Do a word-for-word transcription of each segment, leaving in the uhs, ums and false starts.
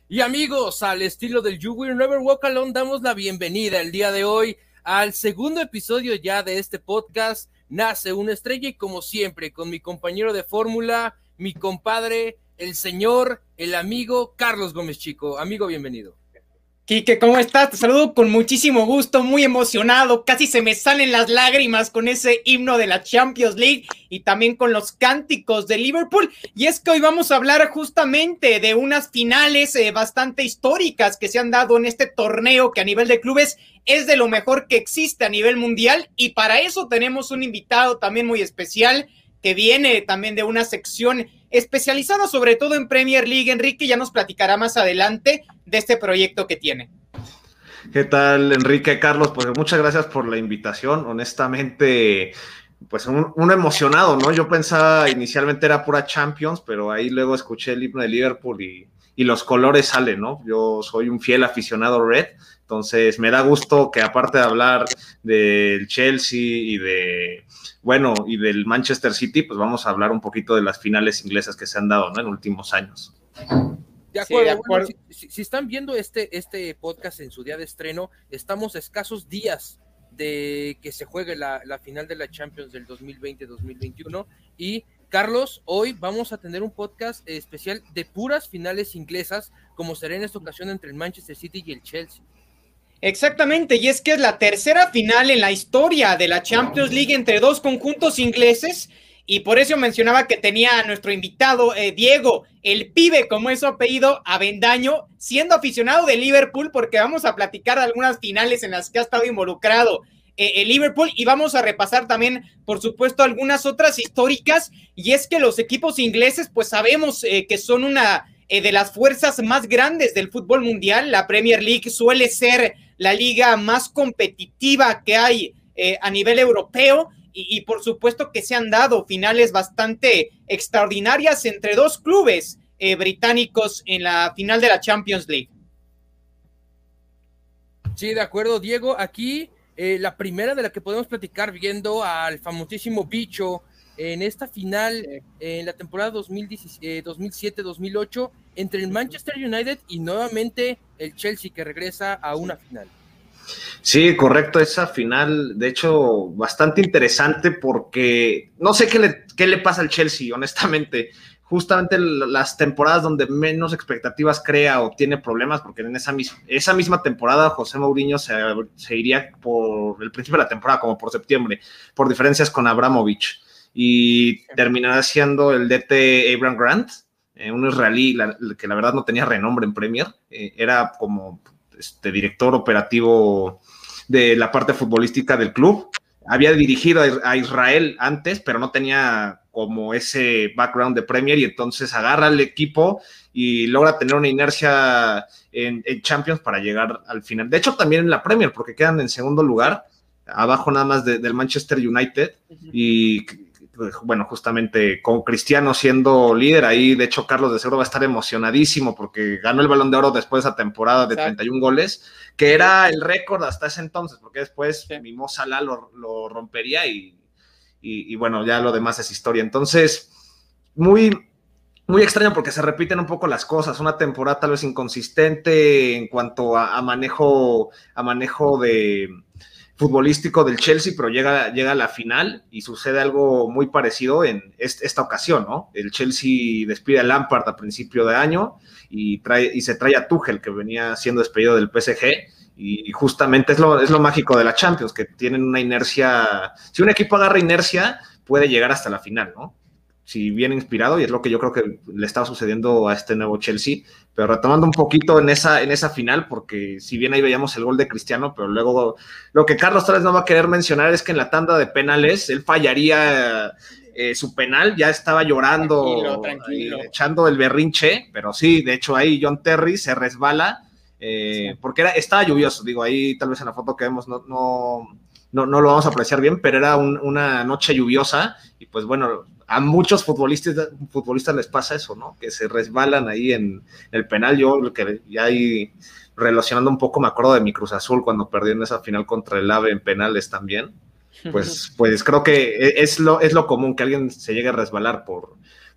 Y amigos, al estilo del You Will Never Walk Alone, damos la bienvenida el día de hoy al segundo episodio ya de este podcast, Nace una Estrella, y como siempre, con mi compañero de fórmula, mi compadre, el señor, el amigo Carlos Gómez Chico. Amigo, bienvenido. Quique, ¿cómo estás? Te saludo con muchísimo gusto, muy emocionado, casi se me salen las lágrimas con ese himno de la Champions League y también con los cánticos de Liverpool. Y es que hoy vamos a hablar justamente de unas finales eh, bastante históricas que se han dado en este torneo que a nivel de clubes es de lo mejor que existe a nivel mundial, y para eso tenemos un invitado también muy especial que viene también de una sección especializada sobre todo en Premier League. Enrique ya nos platicará más adelante de este proyecto que tiene. ¿Qué tal, Enrique? Carlos, pues muchas gracias por la invitación. Honestamente, pues un, un emocionado, ¿no? Yo pensaba inicialmente era pura Champions, pero ahí luego escuché el himno de Liverpool y, y los colores salen, ¿no? Yo soy un fiel aficionado red, entonces me da gusto que aparte de hablar del Chelsea y de... bueno, y del Manchester City, pues vamos a hablar un poquito de las finales inglesas que se han dado, ¿no? En últimos años. De acuerdo, sí, de acuerdo. Bueno, si, si, si están viendo este, este podcast en su día de estreno, estamos a escasos días de que se juegue la, la final de la Champions del dos mil veinte dos mil veintiuno, y Carlos, hoy vamos a tener un podcast especial de puras finales inglesas, como será en esta ocasión entre el Manchester City y el Chelsea. Exactamente, y es que es la tercera final en la historia de la Champions League entre dos conjuntos ingleses, y por eso mencionaba que tenía a nuestro invitado eh, Diego, el pibe, como es su apellido, Avendaño, siendo aficionado de Liverpool, porque vamos a platicar de algunas finales en las que ha estado involucrado eh, el Liverpool, y vamos a repasar también, por supuesto, algunas otras históricas, y es que los equipos ingleses, pues sabemos eh, que son una... Eh, de las fuerzas más grandes del fútbol mundial. La Premier League suele ser la liga más competitiva que hay eh, a nivel europeo, y, y por supuesto que se han dado finales bastante extraordinarias entre dos clubes eh, británicos en la final de la Champions League. Sí, de acuerdo, Diego. Aquí eh, la primera de la que podemos platicar, viendo al famosísimo bicho en esta final, eh, en la temporada dos mil siete dos mil ocho, entre el Manchester United y nuevamente el Chelsea, que regresa a una final. Sí, correcto, esa final, de hecho, bastante interesante, porque no sé qué le, qué le pasa al Chelsea, honestamente. Justamente las temporadas donde menos expectativas crea o tiene problemas, porque en esa misma, esa misma temporada José Mourinho se, se iría por el principio de la temporada, como por septiembre, por diferencias con Abramovich, y terminará siendo el D T Abraham Grant, eh, un israelí la, que la verdad no tenía renombre en Premier, eh, era como este, director operativo de la parte futbolística del club, había dirigido a, a Israel antes, pero no tenía como ese background de Premier, y entonces agarra el equipo y logra tener una inercia en, en Champions para llegar al final. De hecho, también en la Premier, porque quedan en segundo lugar, abajo nada más de, del Manchester United, y bueno, justamente con Cristiano siendo líder, ahí de hecho Carlos de seguro va a estar emocionadísimo porque ganó el Balón de Oro después de esa temporada de Exacto. treinta y un goles, que era el récord hasta ese entonces, porque después sí. Mimo Salah lo, lo rompería y, y, y bueno, ya lo demás es historia. Entonces, muy, muy extraño porque se repiten un poco las cosas, una temporada tal vez inconsistente en cuanto a, a manejo, a manejo de... futbolístico del Chelsea, pero llega, llega a la final y sucede algo muy parecido en est- esta ocasión, ¿no? El Chelsea despide a Lampard a principio de año y, trae, y se trae a Tuchel, que venía siendo despedido del P S G, y justamente es lo, es lo mágico de la Champions, que tienen una inercia, si un equipo agarra inercia, puede llegar hasta la final, ¿no? Si viene inspirado, y es lo que yo creo que le estaba sucediendo a este nuevo Chelsea, pero retomando un poquito en esa, en esa final, porque si bien ahí veíamos el gol de Cristiano, pero luego lo que Carlos tal vez no va a querer mencionar es que en la tanda de penales él fallaría eh, su penal, ya estaba llorando, tranquilo, tranquilo. Eh, echando el berrinche, pero sí, de hecho ahí John Terry se resbala, eh, sí. porque era, estaba lluvioso, digo, ahí tal vez en la foto que vemos no... no No, no lo vamos a apreciar bien, pero era un, una noche lluviosa, y pues bueno, a muchos futbolistas, futbolistas les pasa eso, ¿no? Que se resbalan ahí en el penal. Yo, que ya ahí relacionando un poco, me acuerdo de mi Cruz Azul cuando perdió en esa final contra el AVE en penales también. Pues, pues creo que es lo, es lo común, que alguien se llegue a resbalar por,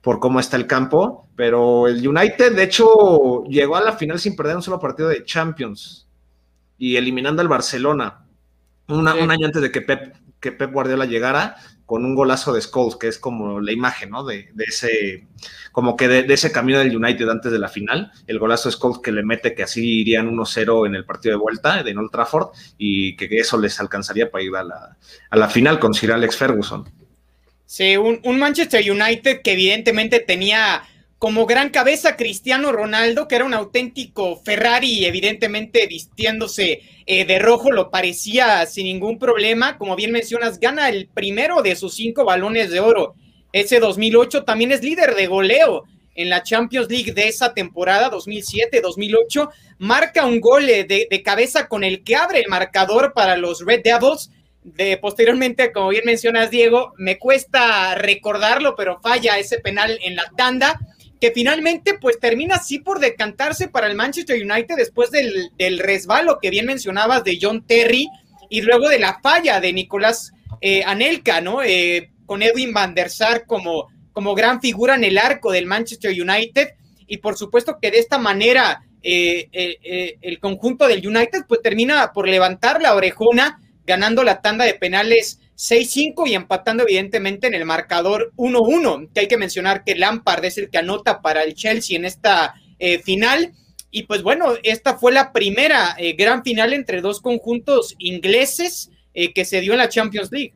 por cómo está el campo, pero el United, de hecho, llegó a la final sin perder un solo partido de Champions y eliminando al Barcelona una, sí. un año antes de que Pep, que Pep Guardiola llegara, con un golazo de Scholes, que es como la imagen, ¿no? De, de ese, como que de, de ese camino del United antes de la final, el golazo de Scholes que le mete que así irían uno cero en el partido de vuelta de Old Trafford y que eso les alcanzaría para ir a la, a la final con Sir Alex Ferguson. Sí, un, un Manchester United que evidentemente tenía como gran cabeza Cristiano Ronaldo, que era un auténtico Ferrari, evidentemente vistiéndose eh, de rojo, lo parecía sin ningún problema. Como bien mencionas, gana el primero de sus cinco balones de oro. Ese dos mil ocho también es líder de goleo en la Champions League de esa temporada, dos mil siete dos mil ocho. Marca un gol de, de cabeza con el que abre el marcador para los Red Devils. De, posteriormente, como bien mencionas, Diego, me cuesta recordarlo, pero falla ese penal en la tanda, que finalmente pues termina así por decantarse para el Manchester United después del, del resbalo que bien mencionabas de John Terry y luego de la falla de Nicolás eh, Anelka, ¿no? Eh, con Edwin van der Sar como, como gran figura en el arco del Manchester United, y por supuesto que de esta manera eh, eh, eh, el conjunto del United pues termina por levantar la orejona, ganando la tanda de penales seis cinco y empatando evidentemente en el marcador uno uno, que hay que mencionar que Lampard es el que anota para el Chelsea en esta eh, final, y pues bueno, esta fue la primera eh, gran final entre dos conjuntos ingleses eh, que se dio en la Champions League.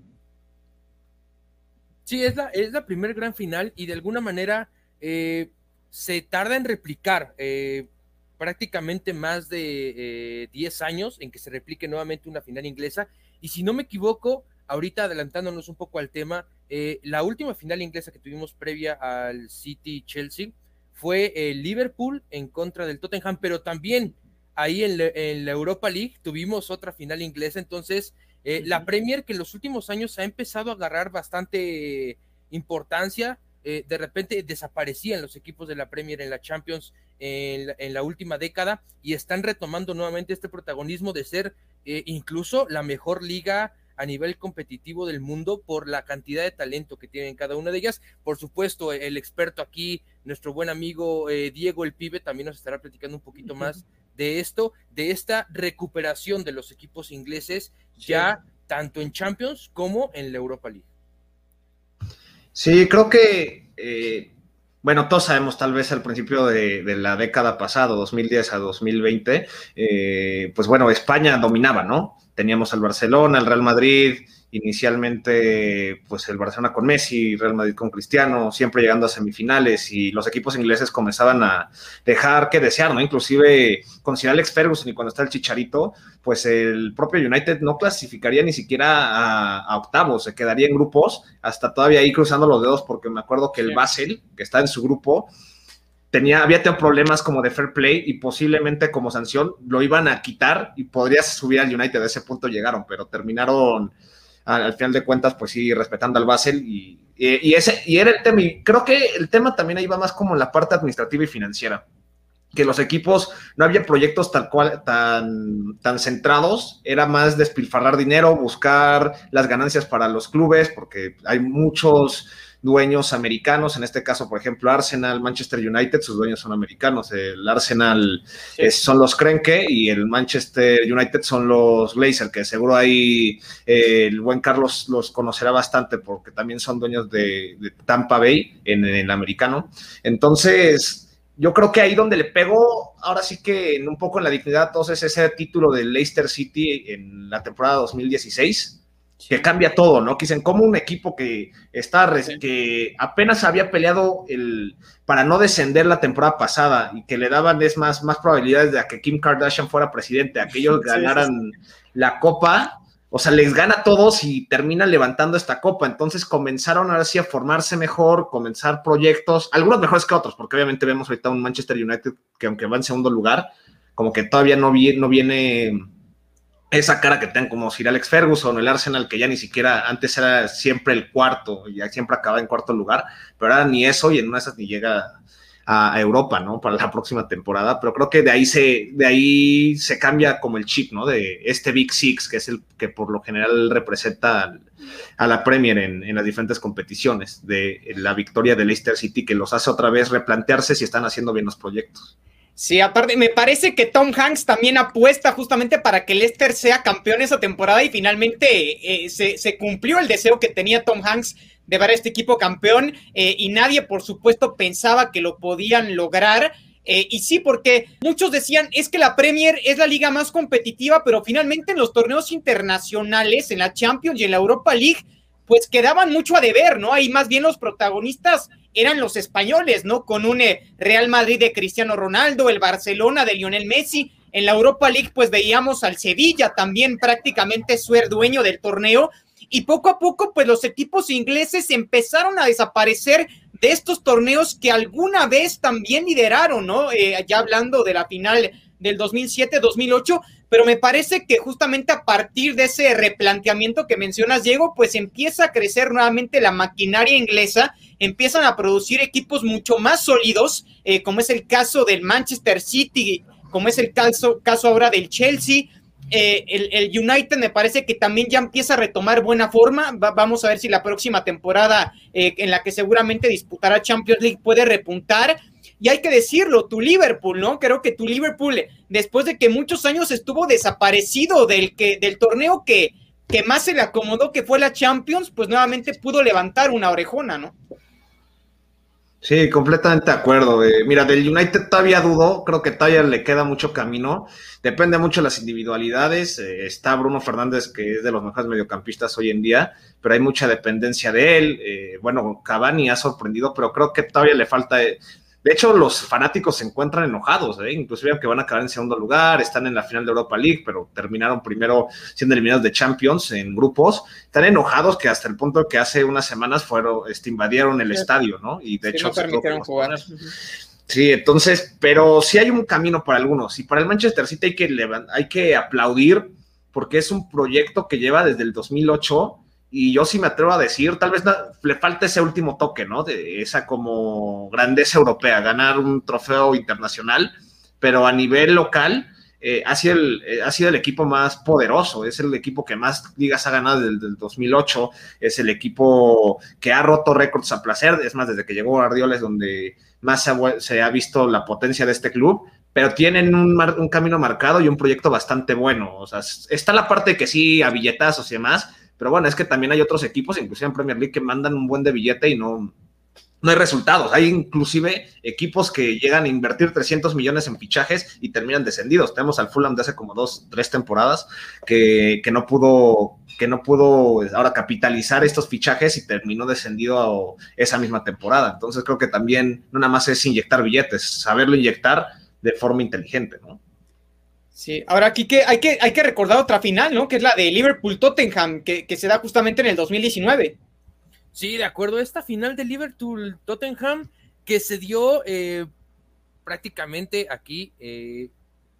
Sí, es la, es la primera gran final y de alguna manera eh, se tarda en replicar eh, prácticamente más de eh, diez años en que se replique nuevamente una final inglesa, y si no me equivoco, ahorita adelantándonos un poco al tema, eh, la última final inglesa que tuvimos previa al City-Chelsea fue el Liverpool en contra del Tottenham, pero también ahí en, le, en la Europa League tuvimos otra final inglesa. Entonces eh, uh-huh. la Premier, que en los últimos años ha empezado a agarrar bastante importancia, eh, de repente desaparecían los equipos de la Premier en la Champions en la, en la última década, y están retomando nuevamente este protagonismo de ser eh, incluso la mejor liga a nivel competitivo del mundo por la cantidad de talento que tienen cada una de ellas. Por supuesto, el experto aquí, nuestro buen amigo eh, Diego el Pibe, también nos estará platicando un poquito más de esto, de esta recuperación de los equipos ingleses, sí. ya tanto en Champions como en la Europa League. Sí, creo que, eh, bueno, todos sabemos tal vez al principio de, de la década pasada, dos mil diez a dos mil veinte, eh, pues bueno, España dominaba, ¿no? Teníamos al Barcelona, al Real Madrid, inicialmente pues el Barcelona con Messi, Real Madrid con Cristiano, siempre llegando a semifinales, y los equipos ingleses comenzaban a dejar que desear, ¿no? Inclusive con Sir Alex Ferguson y cuando está el Chicharito, pues el propio United no clasificaría ni siquiera a, a octavos, se quedaría en grupos, hasta todavía ahí cruzando los dedos, porque me acuerdo que el Basel, que está en su grupo, Tenía, había tenido problemas como de fair play y posiblemente como sanción lo iban a quitar y podrías subir al United. A ese punto llegaron, pero terminaron al, al final de cuentas, pues sí, respetando al Basel y, y, y ese y era el tema. Y creo que el tema también ahí va más como en la parte administrativa y financiera, que los equipos no había proyectos tal cual tan, tan centrados, era más despilfarrar dinero, buscar las ganancias para los clubes, porque hay muchos dueños americanos, en este caso, por ejemplo, Arsenal, Manchester United, sus dueños son americanos, el Arsenal sí. es, son los Kroenke y el Manchester United son los Glazer, que seguro ahí eh, el buen Carlos los conocerá bastante porque también son dueños de, de Tampa Bay en, en el americano. Entonces, yo creo que ahí donde le pegó, ahora sí que en un poco en la dignidad, entonces ese título del Leicester City en la temporada dos mil dieciséis, que cambia todo, ¿no? Que dicen, como un equipo que está que apenas había peleado el para no descender la temporada pasada y que le daban es más, más probabilidades de que Kim Kardashian fuera presidente, a que ellos ganaran sí, sí, sí. la copa, o sea, les gana a todos y terminan levantando esta copa. Entonces comenzaron ahora sí a formarse mejor, comenzar proyectos, algunos mejores que otros, porque obviamente vemos ahorita un Manchester United que aunque va en segundo lugar, como que todavía no, vi, no viene esa cara que tengan como Sir Alex Ferguson, el Arsenal, que ya ni siquiera, antes era siempre el cuarto, ya siempre acababa en cuarto lugar, pero ahora ni eso, y en una de esas ni llega a Europa, ¿no? Para la próxima temporada, pero creo que de ahí se, de ahí se cambia como el chip, ¿no? De este Big Six, que es el que por lo general representa a la Premier en, en las diferentes competiciones, de la victoria de Leicester City, que los hace otra vez replantearse si están haciendo bien los proyectos. Sí, aparte, me parece que Tom Hanks también apuesta justamente para que Leicester sea campeón esa temporada y finalmente eh, se, se cumplió el deseo que tenía Tom Hanks de ver a este equipo campeón eh, y nadie, por supuesto, pensaba que lo podían lograr. Eh, y sí, porque muchos decían, es que la Premier es la liga más competitiva, pero finalmente en los torneos internacionales, en la Champions y en la Europa League, pues quedaban mucho a deber, ¿no? Ahí más bien los protagonistas eran los españoles, ¿no? Con un eh, Real Madrid de Cristiano Ronaldo, el Barcelona de Lionel Messi. En la Europa League, pues veíamos al Sevilla también prácticamente ser dueño del torneo. Y poco a poco, pues los equipos ingleses empezaron a desaparecer de estos torneos que alguna vez también lideraron, ¿no? Eh, ya hablando de la final del dos mil siete dos mil ocho, pero me parece que justamente a partir de ese replanteamiento que mencionas, Diego, pues empieza a crecer nuevamente la maquinaria inglesa, empiezan a producir equipos mucho más sólidos, eh, como es el caso del Manchester City, como es el caso, caso ahora del Chelsea. Eh, el, el United me parece que también ya empieza a retomar buena forma. Va, vamos a ver si la próxima temporada eh, en la que seguramente disputará Champions League puede repuntar. Y hay que decirlo, tu Liverpool, ¿no? Creo que tu Liverpool, después de que muchos años estuvo desaparecido del, que, del torneo que, que más se le acomodó, que fue la Champions, pues nuevamente pudo levantar una orejona, ¿no? Sí, completamente de acuerdo. Eh, mira, del United todavía dudo, creo que todavía le queda mucho camino. Depende mucho de las individualidades. Eh, está Bruno Fernández, que es de los mejores mediocampistas hoy en día, pero hay mucha dependencia de él. Eh, bueno, Cavani ha sorprendido, pero creo que todavía le falta... Eh, De hecho, los fanáticos se encuentran enojados, ¿eh? Inclusive que van a acabar en segundo lugar, están en la final de Europa League, pero terminaron primero siendo eliminados de Champions en grupos. Están enojados que hasta el punto que hace unas semanas fueron, este, invadieron el sí. estadio, ¿no? Y de sí, hecho... no permitieron jugar. Sí, entonces, pero sí hay un camino para algunos. Y para el Manchester City hay que, hay que aplaudir porque es un proyecto que lleva desde el dos mil ocho. Y yo sí me atrevo a decir, tal vez le falta ese último toque, ¿no? De esa como grandeza europea, ganar un trofeo internacional, pero a nivel local eh, ha, sido el, eh, ha sido el equipo más poderoso, es el equipo que más ligas ha ganado desde el dos mil ocho, es el equipo que ha roto récords a placer, es más, desde que llegó Guardiola es donde más se ha, se ha visto la potencia de este club, pero tienen un, mar, un camino marcado y un proyecto bastante bueno, o sea, está la parte que sí, a billetazos y demás, pero bueno, es que también hay otros equipos, inclusive en Premier League, que mandan un buen de billete y no, no hay resultados. Hay inclusive equipos que llegan a invertir trescientos millones en fichajes y terminan descendidos. Tenemos al Fulham de hace como dos, tres temporadas que, que, no pudo, que no pudo ahora capitalizar estos fichajes y terminó descendido esa misma temporada. Entonces creo que también no nada más es inyectar billetes, saberlo inyectar de forma inteligente, ¿no? Sí, ahora aquí que hay, que hay que recordar otra final, ¿no? Que es la de Liverpool-Tottenham, que, que se da justamente en el dos mil diecinueve. Sí, de acuerdo, esta final de Liverpool-Tottenham que se dio eh, prácticamente aquí, eh,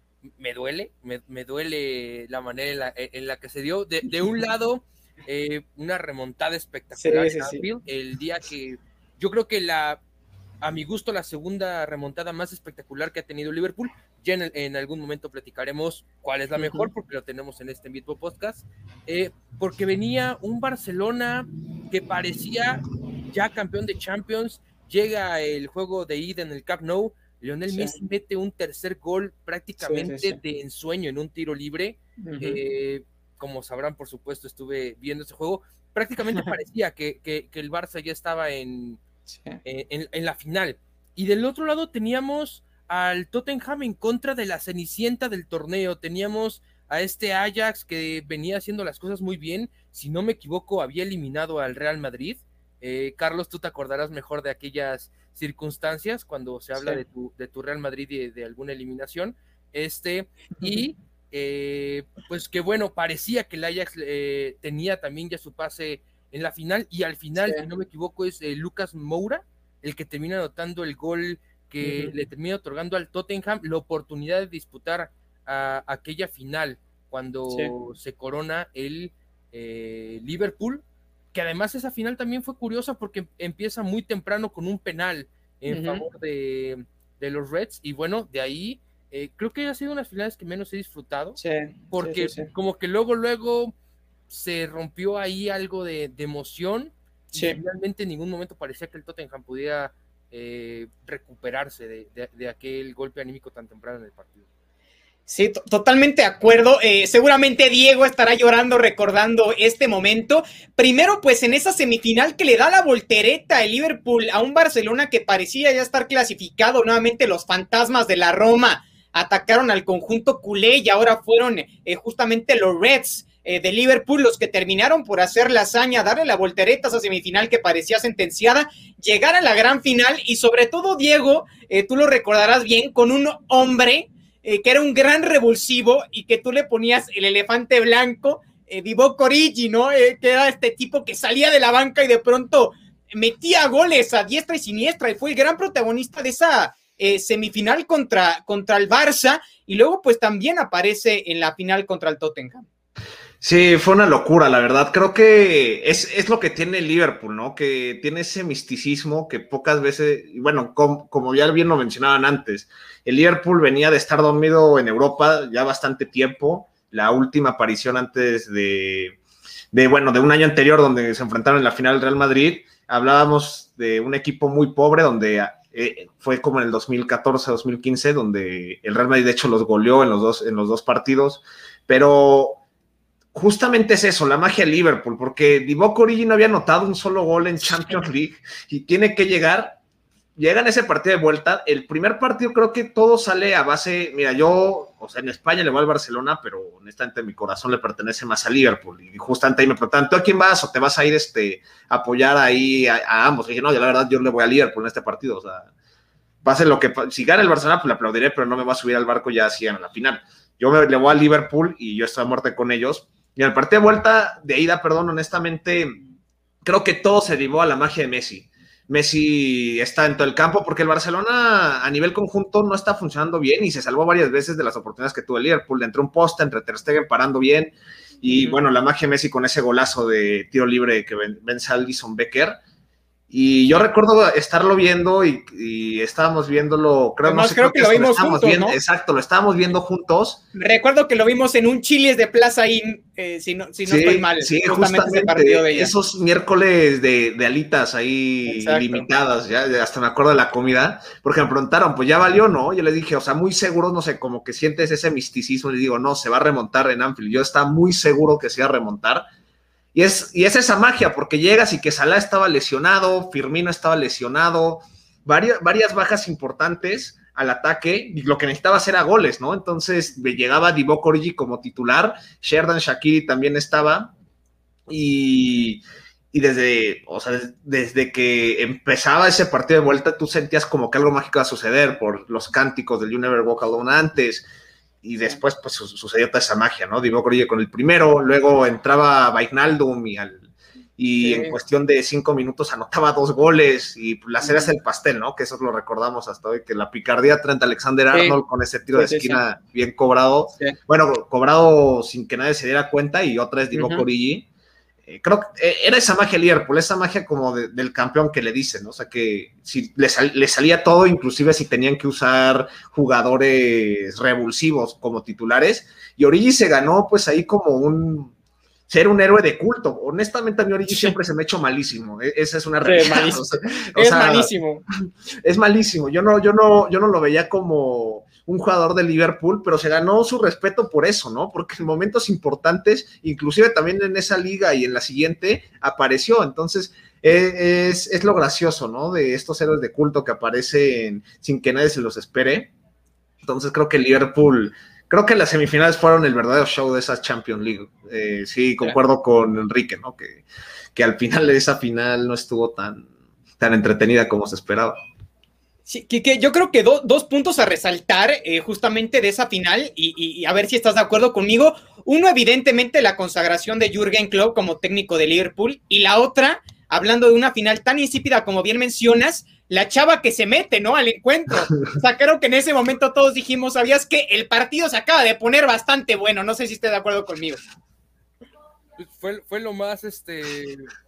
me duele, me, me duele la manera en la, en la que se dio. De, de un lado, eh, una remontada espectacular sí, sí, sí. el día que yo creo que la, a mi gusto, la segunda remontada más espectacular que ha tenido Liverpool. Ya en, en algún momento platicaremos cuál es la mejor, porque lo tenemos en este mismo podcast, eh, porque venía un Barcelona que parecía ya campeón de Champions, llega el juego de ida en el Camp Nou, Lionel sí. Messi mete un tercer gol prácticamente sí, sí, sí. de ensueño en un tiro libre, uh-huh. eh, como sabrán, por supuesto, estuve viendo ese juego, prácticamente parecía que, que, que el Barça ya estaba en, sí. eh, en, en la final, y del otro lado teníamos al Tottenham en contra de la cenicienta del torneo, teníamos a este Ajax que venía haciendo las cosas muy bien, si no me equivoco había eliminado al Real Madrid. eh, Carlos, tú te acordarás mejor de aquellas circunstancias cuando se habla sí. de, tu, de tu Real Madrid y de, de alguna eliminación, este, y eh, pues que bueno, parecía que el Ajax eh, tenía también ya su pase en la final, y al final, sí. si no me equivoco, es eh, Lucas Moura el que termina anotando el gol que uh-huh. le termina otorgando al Tottenham la oportunidad de disputar a, a aquella final cuando sí. se corona el eh, Liverpool, que además esa final también fue curiosa porque empieza muy temprano con un penal en uh-huh. favor de, de los Reds, y bueno, de ahí eh, creo que ha sido unas finales que menos he disfrutado, sí, porque sí, sí, sí. como que luego, luego se rompió ahí algo de, de emoción, sí. y finalmente en ningún momento parecía que el Tottenham pudiera eh, recuperarse de, de, de aquel golpe anímico tan temprano en el partido. Sí, t- totalmente de acuerdo. Eh, seguramente Diego estará llorando recordando este momento. Primero, pues en esa semifinal que le da la voltereta el Liverpool a un Barcelona que parecía ya estar clasificado. Nuevamente los fantasmas de la Roma atacaron al conjunto culé y ahora fueron eh, justamente los Reds eh, de Liverpool los que terminaron por hacer la hazaña, darle la voltereta a esa semifinal que parecía sentenciada, llegar a la gran final y sobre todo, Diego, eh, tú lo recordarás bien, con un hombre Eh, que era un gran revulsivo y que tú le ponías el elefante blanco, eh, Divock Origi, ¿no? Eh, que era este tipo que salía de la banca y de pronto metía goles a diestra y siniestra y fue el gran protagonista de esa eh, semifinal contra, contra el Barça y luego pues también aparece en la final contra el Tottenham. Sí, fue una locura, la verdad. Creo que es, es lo que tiene el Liverpool, ¿no? Que tiene ese misticismo que pocas veces, bueno, com, como ya bien lo mencionaban antes, el Liverpool venía de estar dormido en Europa ya bastante tiempo. La última aparición antes de, de, bueno, de un año anterior donde se enfrentaron en la final del Real Madrid, hablábamos de un equipo muy pobre donde eh, fue como en el dos mil catorce, dos mil quince, donde el Real Madrid de hecho los goleó en los dos, en los dos partidos, pero justamente es eso, la magia de Liverpool, porque Divock Origi no había anotado un solo gol en Champions League y tiene que llegar, llega en ese partido de vuelta. El primer partido creo que todo sale a base, mira, yo, o sea, en España le voy al Barcelona, pero honestamente mi corazón le pertenece más a Liverpool, y justamente ahí me preguntan, ¿tú a quién vas o te vas a ir este, a apoyar ahí a, a ambos? Y dije, no, yo la verdad yo le voy a Liverpool en este partido, o sea, pase lo que, si gana el Barcelona, pues le aplaudiré, pero no me va a subir al barco ya así en la final. Yo me, le voy a Liverpool y yo estoy a muerte con ellos. Y en el partido de vuelta, de ida, perdón, honestamente, creo que todo se derivó a la magia de Messi. Messi está en todo el campo porque el Barcelona a nivel conjunto no está funcionando bien y se salvó varias veces de las oportunidades que tuvo el Liverpool, entre un poste, entre Ter Stegen parando bien y uh-huh. bueno, la magia de Messi con ese golazo de tiro libre que vence a Alisson Becker. Y yo recuerdo estarlo viendo y, y estábamos viéndolo, creo, Además, no sé, creo, creo que, que lo vimos lo juntos, viendo, ¿no? Exacto, lo estábamos viendo juntos. Recuerdo que lo vimos en un Chili's de Plaza Inn, eh, si no, si no sí, estoy mal. Sí, justamente, justamente ese partido de ella. Esos miércoles de, de alitas ahí Exacto. Limitadas, ya hasta me acuerdo de la comida, porque me preguntaron, pues ya valió, ¿no? Yo les dije, o sea, muy seguro, no sé, como que sientes ese misticismo, y digo, no, se va a remontar en Anfield. Yo estaba muy seguro que se iba a remontar. Y es, y es esa magia, porque llegas y que Salah estaba lesionado, Firmino estaba lesionado, varias, varias bajas importantes al ataque, y lo que necesitaba era goles, ¿no? Entonces llegaba Divock Origi como titular, Xherdan Shaqiri también estaba, y, y desde, o sea, desde, desde que empezaba ese partido de vuelta, tú sentías como que algo mágico iba a suceder por los cánticos del You Never Walk Alone antes, y después pues sucedió toda esa magia, ¿no? Divock Origi con el primero, luego entraba Wijnaldum y, al, y sí. en cuestión de cinco minutos anotaba dos goles y las ceras del pastel, ¿no? Que eso lo recordamos hasta hoy, que la picardía de Trent Alexander-Arnold sí. con ese tiro sí, de esquina sí. bien cobrado, sí. bueno, cobrado sin que nadie se diera cuenta, y otra es Divock uh-huh. Origi. Eh, creo que era esa magia Liverpool, esa magia como de, del campeón que le dicen, ¿no? O sea, que si le, sal, le salía todo, inclusive si tenían que usar jugadores revulsivos como titulares, y Origi se ganó pues ahí como un ser un héroe de culto. Honestamente a mí Origi sí. siempre se me ha hecho malísimo, esa es una realidad. Sí, malísimo. O sea, o es sea, malísimo. Es malísimo, yo no, yo, no, yo no lo veía como un jugador de Liverpool, pero se ganó su respeto por eso, ¿no? Porque en momentos importantes, inclusive también en esa liga y en la siguiente, apareció. Entonces, es, es lo gracioso, ¿no? De estos héroes de culto que aparecen sin que nadie se los espere. Entonces, creo que Liverpool, creo que las semifinales fueron el verdadero show de esa Champions League. Eh, sí, concuerdo yeah. con Enrique, ¿no? Que, que al final de esa final no estuvo tan, tan entretenida como se esperaba. Sí, que, que yo creo que do, dos puntos a resaltar eh, justamente de esa final y, y, y a ver si estás de acuerdo conmigo. Uno, evidentemente, la consagración de Jürgen Klopp como técnico de Liverpool, y la otra, hablando de una final tan insípida como bien mencionas, la chava que se mete, ¿no? Al encuentro. O sea, creo que en ese momento todos dijimos, ¿sabías que el partido se acaba de poner bastante bueno? No sé si estés de acuerdo conmigo. Fue, fue lo más, este...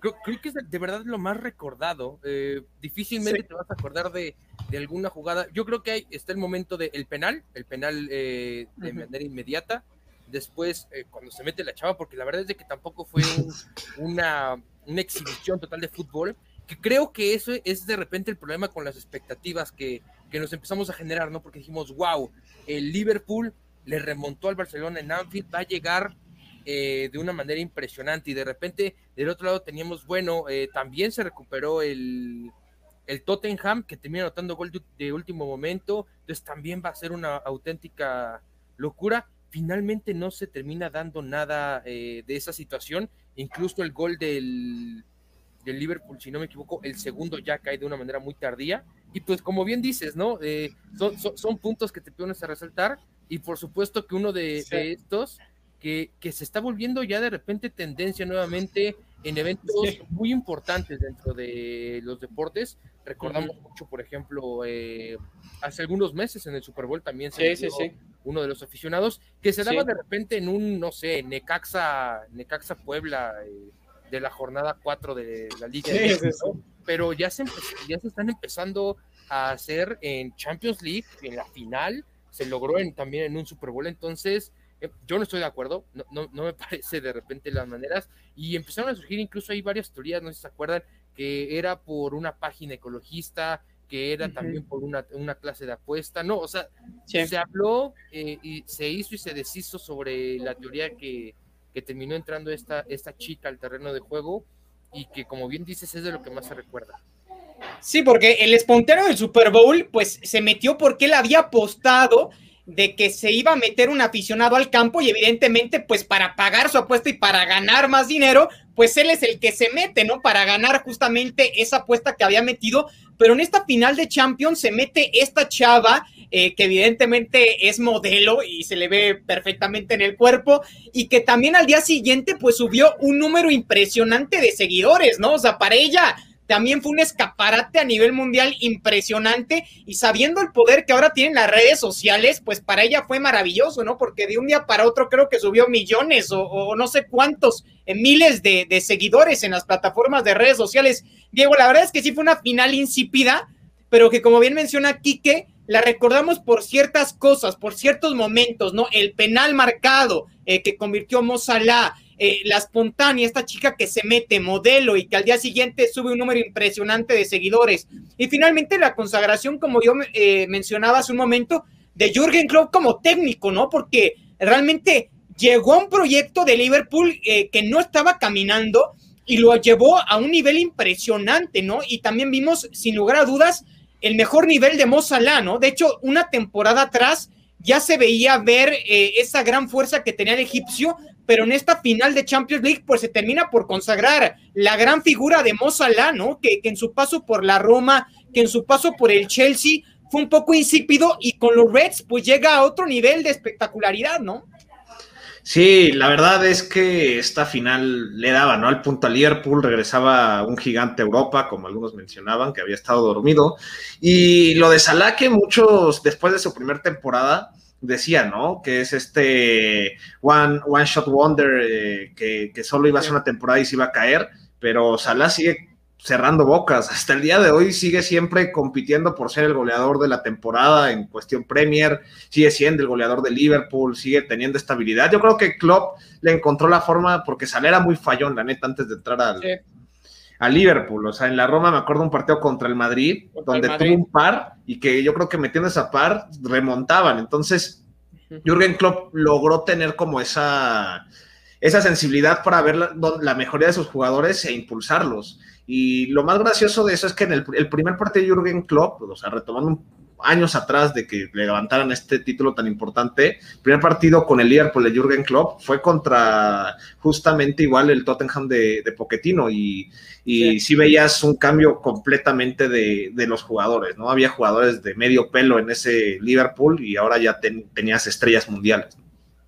creo, creo que es de, de verdad lo más recordado. Eh, difícilmente sí. te vas a acordar de, de alguna jugada. Yo creo que hay, está el momento del de penal, el penal eh, de uh-huh. manera inmediata. Después, eh, cuando se mete la chava, porque la verdad es de que tampoco fue un, una, una exhibición total de fútbol, que creo que eso es de repente el problema con las expectativas que, que nos empezamos a generar, ¿no? Porque dijimos, wow, el Liverpool le remontó al Barcelona en Anfield, va a llegar eh, de una manera impresionante, y de repente del otro lado teníamos, bueno, eh, también se recuperó el, el Tottenham, que termina anotando gol de, de último momento, entonces también va a ser una auténtica locura. Finalmente no se termina dando nada eh, de esa situación, incluso el gol del, del Liverpool, si no me equivoco, el segundo ya cae de una manera muy tardía, y pues como bien dices, ¿no? Eh, son, son, son puntos que te pones a resaltar, y por supuesto que uno de, sí. de estos, que, que se está volviendo ya de repente tendencia nuevamente en eventos sí. muy importantes dentro de los deportes. Recordamos uh-huh. mucho, por ejemplo, eh, hace algunos meses en el Super Bowl también se sí, sí, sí. uno de los aficionados, que se daba sí. de repente en un, no sé, Necaxa, Necaxa Puebla, eh, de la jornada cuatro de la Liga, sí, de México, ¿no? Pero ya se, ya se están empezando a hacer en Champions League, en la final, se logró en, también en un Super Bowl, entonces eh, yo no estoy de acuerdo, no, no, no me parece de repente las maneras, y empezaron a surgir incluso hay varias teorías, no sé si se acuerdan, que era por una página ecologista, que era uh-huh. también por una, una clase de apuesta, no, o sea, sí. se habló eh, y se hizo y se deshizo sobre la teoría que, que terminó entrando esta, esta chica al terreno de juego, y que como bien dices es de lo que más se recuerda. Sí, porque el espontáneo del Super Bowl pues se metió porque él había apostado de que se iba a meter un aficionado al campo, y evidentemente pues para pagar su apuesta y para ganar más dinero, pues él es el que se mete, ¿no? Para ganar justamente esa apuesta que había metido, pero en esta final de Champions se mete esta chava, eh, que evidentemente es modelo y se le ve perfectamente en el cuerpo, y que también al día siguiente pues subió un número impresionante de seguidores, ¿no? O sea, para ella también fue un escaparate a nivel mundial impresionante, y sabiendo el poder que ahora tienen las redes sociales, pues para ella fue maravilloso, ¿no? Porque de un día para otro creo que subió millones o, o no sé cuántos, eh, miles de, de seguidores en las plataformas de redes sociales. Diego, la verdad es que sí fue una final insípida, pero que como bien menciona Quique, la recordamos por ciertas cosas, por ciertos momentos, ¿no? El penal marcado eh, que convirtió Mo Salah, Eh, la espontánea, esta chica que se mete, modelo, y que al día siguiente sube un número impresionante de seguidores, y finalmente la consagración, como yo eh, mencionaba hace un momento, de Jürgen Klopp como técnico, ¿no? Porque realmente llegó a un proyecto de Liverpool eh, que no estaba caminando, y lo llevó a un nivel impresionante, ¿no? Y también vimos, sin lugar a dudas, el mejor nivel de Mo Salah, ¿no? De hecho, una temporada atrás ya se veía ver eh, esa gran fuerza que tenía el egipcio, pero en esta final de Champions League pues se termina por consagrar la gran figura de Mo Salah, ¿no? Que, que en su paso por la Roma, que en su paso por el Chelsea fue un poco insípido, y con los Reds pues llega a otro nivel de espectacularidad, ¿no? Sí, la verdad es que esta final le daba, ¿no? Al punto a Liverpool, regresaba un gigante a Europa, como algunos mencionaban, que había estado dormido, y lo de Salah, que muchos después de su primera temporada decía, ¿no? Que es este one, one shot wonder, eh, que, que solo iba a ser una temporada y se iba a caer, pero Salah sigue cerrando bocas, hasta el día de hoy sigue siempre compitiendo por ser el goleador de la temporada en cuestión Premier, sigue siendo el goleador de Liverpool, sigue teniendo estabilidad. Yo creo que Klopp le encontró la forma, porque Salah era muy fallón, la neta, antes de entrar al, sí. a Liverpool. O sea, en la Roma me acuerdo un partido contra el Madrid, contra donde el Madrid. tuvo un par, y que yo creo que metiendo esa par remontaban. Entonces Jürgen Klopp logró tener como esa, esa sensibilidad para ver la, la mejoría de sus jugadores e impulsarlos. Y lo más gracioso de eso es que en el, el primer partido de Jürgen Klopp, o sea, retomando un, años atrás de que le levantaran este título tan importante, el primer partido con el Liverpool de Jürgen Klopp fue contra justamente igual el Tottenham de, de Pochettino, y, y sí. sí veías un cambio completamente de, de los jugadores, ¿no? Había jugadores de medio pelo en ese Liverpool, y ahora ya ten, tenías estrellas mundiales.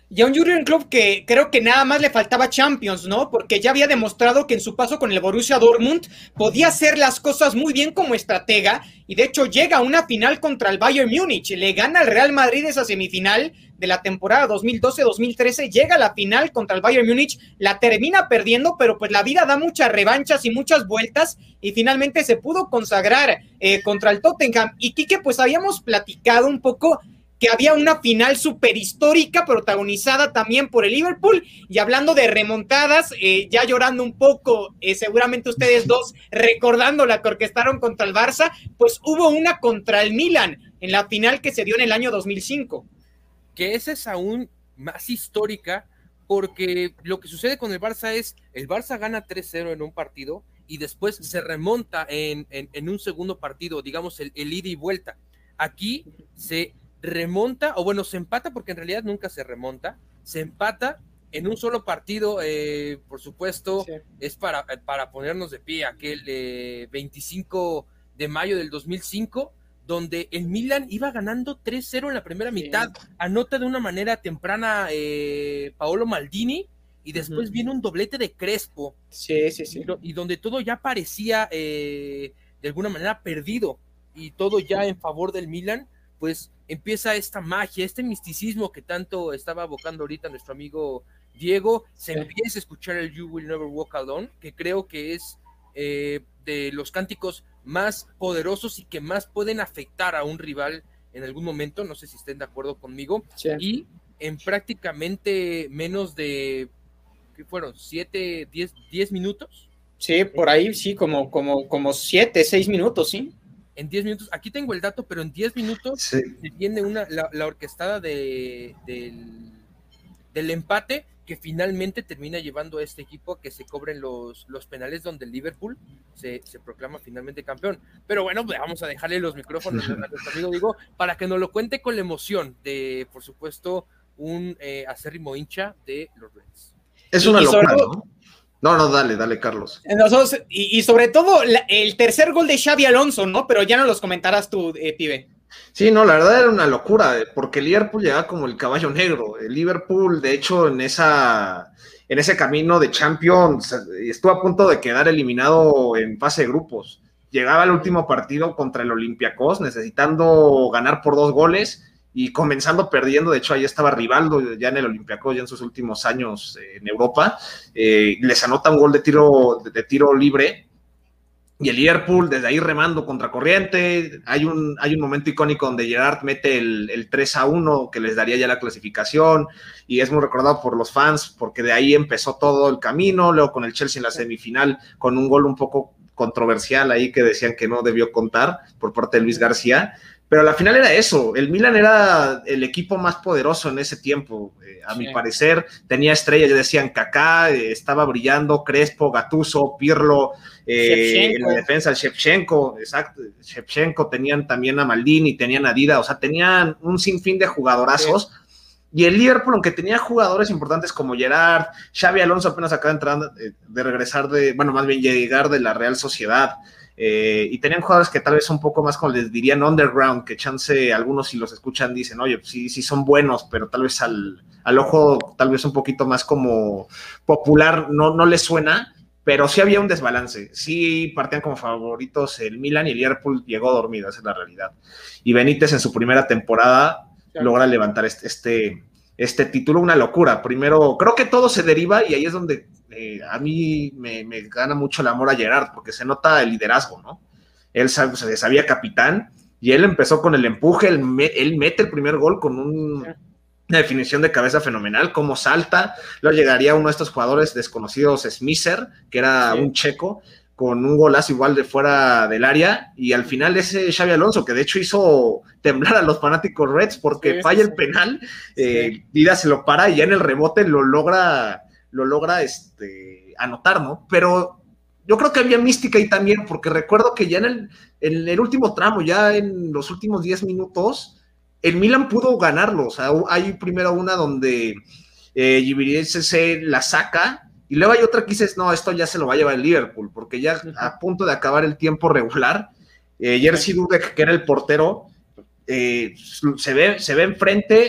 Y a un Jürgen Klopp que creo que nada más le faltaba Champions, ¿no? Porque ya había demostrado que en su paso con el Borussia Dortmund podía hacer las cosas muy bien como estratega, y de hecho llega a una final contra el Bayern Múnich, le gana al Real Madrid esa semifinal de la temporada dos mil doce dos mil trece, llega a la final contra el Bayern Múnich, la termina perdiendo, pero pues la vida da muchas revanchas y muchas vueltas, y finalmente se pudo consagrar eh, contra el Tottenham. Y Quique, pues habíamos platicado un poco que había una final súper histórica protagonizada también por el Liverpool, y hablando de remontadas, eh, ya llorando un poco, eh, seguramente ustedes dos recordando la que orquestaron contra el Barça, pues hubo una contra el Milan en la final que se dio en el año dos mil cinco. Que esa es aún más histórica, porque lo que sucede con el Barça es, el Barça gana tres cero en un partido, y después se remonta en, en, en un segundo partido, digamos el, el ida y vuelta. Aquí se remonta, o bueno, se empata, porque en realidad nunca se remonta, se empata en un solo partido, eh, por supuesto, sí. Es para, para ponernos de pie, aquel eh, veinticinco de mayo del dos mil cinco, donde el Milan iba ganando tres cero en la primera sí. mitad, anota de una manera temprana eh, Paolo Maldini, y después uh-huh. viene un doblete de Crespo, sí, sí, sí. Y, y donde todo ya parecía eh, de alguna manera perdido, y todo ya en favor del Milan, pues empieza esta magia, este misticismo que tanto estaba abocando ahorita nuestro amigo Diego, se sí. empieza a escuchar el You Will Never Walk Alone, que creo que es eh, de los cánticos más poderosos y que más pueden afectar a un rival en algún momento, no sé si estén de acuerdo conmigo, sí. Y en prácticamente menos de, ¿qué fueron? ¿siete, diez, diez minutos? Sí, por ahí sí, como, como, como siete, seis minutos, sí. En diez minutos, aquí tengo el dato, pero en diez minutos sí. se viene una, la, la orquestada de, del, del empate, que finalmente termina llevando a este equipo a que se cobren los, los penales, donde el Liverpool se, se proclama finalmente campeón. Pero bueno, vamos a dejarle los micrófonos a nuestro amigo Diego para que nos lo cuente con la emoción de, por supuesto, un eh, acérrimo hincha de los Reds. Es una y, locura, y ¿no? No, no, dale, dale, Carlos. Nosotros, y, y sobre todo la, el tercer gol de Xabi Alonso, ¿no? Pero ya no los comentarás tú, eh, pibe. Sí, no, la verdad era una locura, porque el Liverpool llegaba como el caballo negro. El Liverpool, de hecho, en esa, en ese camino de Champions, estuvo a punto de quedar eliminado en fase de grupos. Llegaba el último partido contra el Olympiacos, necesitando ganar por dos goles, y comenzando perdiendo. De hecho, ahí estaba Rivaldo ya en el Olympiacos, ya en sus últimos años eh, en Europa, eh, les anota un gol de tiro, de, de tiro libre, y el Liverpool desde ahí remando contracorriente. Hay un, hay un momento icónico donde Gerrard mete el, el tres a uno que les daría ya la clasificación, y es muy recordado por los fans, porque de ahí empezó todo el camino. Luego con el Chelsea en la semifinal, con un gol un poco controversial ahí que decían que no debió contar por parte de Luis García. Pero la final era eso, el Milan era el equipo más poderoso en ese tiempo, eh, a sí. mi parecer, tenía estrellas, ya decían Kaká, eh, estaba brillando, Crespo, Gattuso, Pirlo, eh, en la defensa, Shevchenko, exacto, Shevchenko, tenían también a Maldini, tenían a Dida, o sea, tenían un sinfín de jugadorazos, sí. Y el Liverpool, aunque tenía jugadores importantes como Gerrard, Xabi Alonso apenas acaba de entrar, de, de regresar de, bueno, más bien llegar de la Real Sociedad, Eh, y tenían jugadores que tal vez un poco más, como les dirían, underground, que chance algunos si los escuchan dicen, oye, pues sí, sí son buenos, pero tal vez al, al ojo tal vez un poquito más como popular no, no les suena, pero sí había un desbalance, sí partían como favoritos el Milan, y el Liverpool llegó dormido, esa es la realidad. Y Benítez en su primera temporada claro. logra levantar este, este, este título, una locura. Primero, creo que todo se deriva, y ahí es donde Eh, a mí me, me gana mucho el amor a Gerrard, porque se nota el liderazgo, ¿no? Él sabe, se sabía capitán, y él empezó con el empuje, él, me, él mete el primer gol con un, una definición de cabeza fenomenal, cómo salta. Luego llegaría uno de estos jugadores desconocidos, Smisser, que era sí. un checo, con un golazo igual de fuera del área, y al final ese Xabi Alonso, que de hecho hizo temblar a los fanáticos Reds, porque sí, falla sí, el penal, sí. eh, Dida se lo para, y ya en el rebote lo logra... lo logra este, anotar, ¿no? Pero yo creo que había mística ahí también, porque recuerdo que ya en el, en el último tramo, ya en los últimos diez minutos, el Milan pudo ganarlo. O sea, hay primero una donde eh, Givirese se la saca, y luego hay otra que dices, no, esto ya se lo va a llevar el Liverpool, porque ya uh-huh. a punto de acabar el tiempo regular, eh, Jerzy Dudek, que era el portero, eh, se ve, se ve enfrente,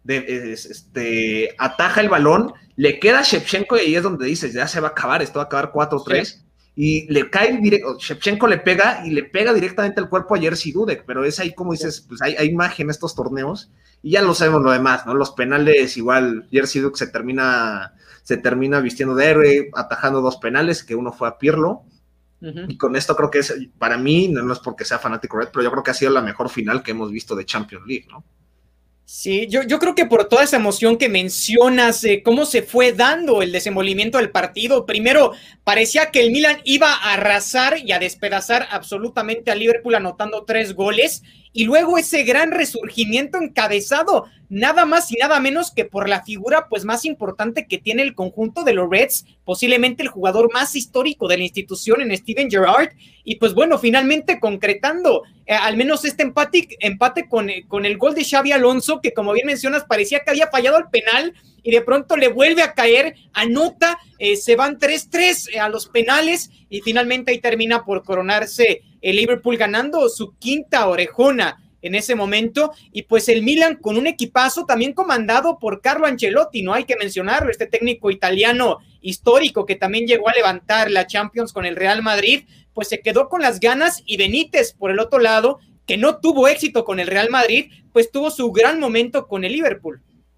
de, este, ataja el balón, le queda a Shevchenko y ahí es donde dices, ya se va a acabar, esto va a acabar cuatro tres, sí. Y le cae directo, Shevchenko le pega y le pega directamente al cuerpo a Jerzy Dudek, pero es ahí como dices, pues hay, hay magia en estos torneos, y ya lo sabemos lo demás, ¿no? Los penales, igual, Jerzy Dudek se termina, se termina vistiendo de héroe, atajando dos penales, que uno fue a Pirlo, uh-huh. Y con esto creo que es, para mí, no, no es porque sea fanático Red, pero yo creo que ha sido la mejor final que hemos visto de Champions League, ¿no? Sí, yo, yo creo que por toda esa emoción que mencionas, eh, cómo se fue dando el desenvolvimiento del partido, primero parecía que el Milan iba a arrasar y a despedazar absolutamente a Liverpool anotando tres goles, y luego ese gran resurgimiento encabezado, nada más y nada menos que por la figura pues más importante que tiene el conjunto de los Reds, posiblemente el jugador más histórico de la institución en Steven Gerrard, y pues bueno, finalmente concretando eh, al menos este empate, empate con, con el gol de Xabi Alonso, que como bien mencionas parecía que había fallado el penal, y de pronto le vuelve a caer, anota, eh, se van tres tres a los penales, y finalmente ahí termina por coronarse el Liverpool ganando su quinta orejona en ese momento, y pues el Milan con un equipazo también comandado por Carlo Ancelotti, no hay que mencionarlo, este técnico italiano histórico que también llegó a levantar la Champions con el Real Madrid, pues se quedó con las ganas, y Benítez por el otro lado, que no tuvo éxito con el Real Madrid, pues tuvo su gran momento con el Liverpool.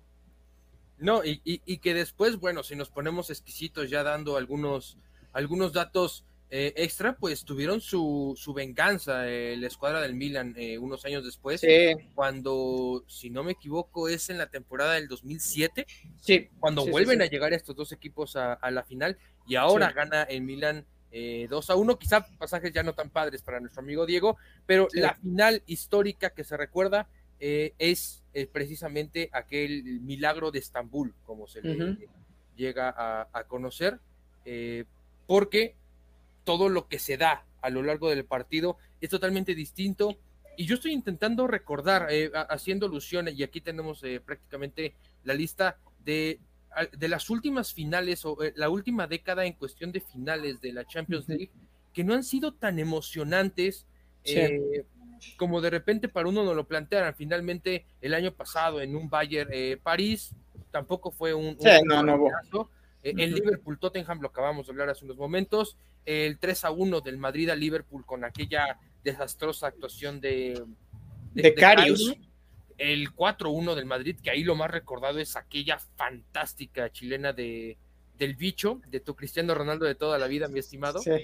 No, y, y, y que después, bueno, si nos ponemos exquisitos ya dando algunos, algunos datos eh, extra, pues tuvieron su, su venganza, eh, la escuadra del Milan eh, unos años después, sí. Cuando, si no me equivoco, es en la temporada del dos mil siete, sí. Cuando sí, vuelven sí, sí. a llegar estos dos equipos a, a la final, y ahora sí. gana el Milan eh, dos a uno, quizá pasajes ya no tan padres para nuestro amigo Diego, pero sí. La final histórica que se recuerda eh, es eh, precisamente aquel milagro de Estambul, como se uh-huh. le llega a, a conocer, eh, porque todo lo que se da a lo largo del partido es totalmente distinto, y yo estoy intentando recordar, eh, haciendo alusión, y aquí tenemos eh, prácticamente la lista de, de las últimas finales, o eh, la última década en cuestión de finales de la Champions League, uh-huh. que no han sido tan emocionantes, sí. eh, como de repente para uno nos lo plantearan. Finalmente el año pasado en un Bayern eh, París tampoco fue un, sí, un no, no, caso. eh, uh-huh. El Liverpool Tottenham lo acabamos de hablar hace unos momentos, el tres a uno del Madrid a Liverpool con aquella desastrosa actuación de de, de Karius, el cuatro uno del Madrid, que ahí lo más recordado es aquella fantástica chilena de del bicho, de tu Cristiano Ronaldo de toda la vida, mi estimado. Sí.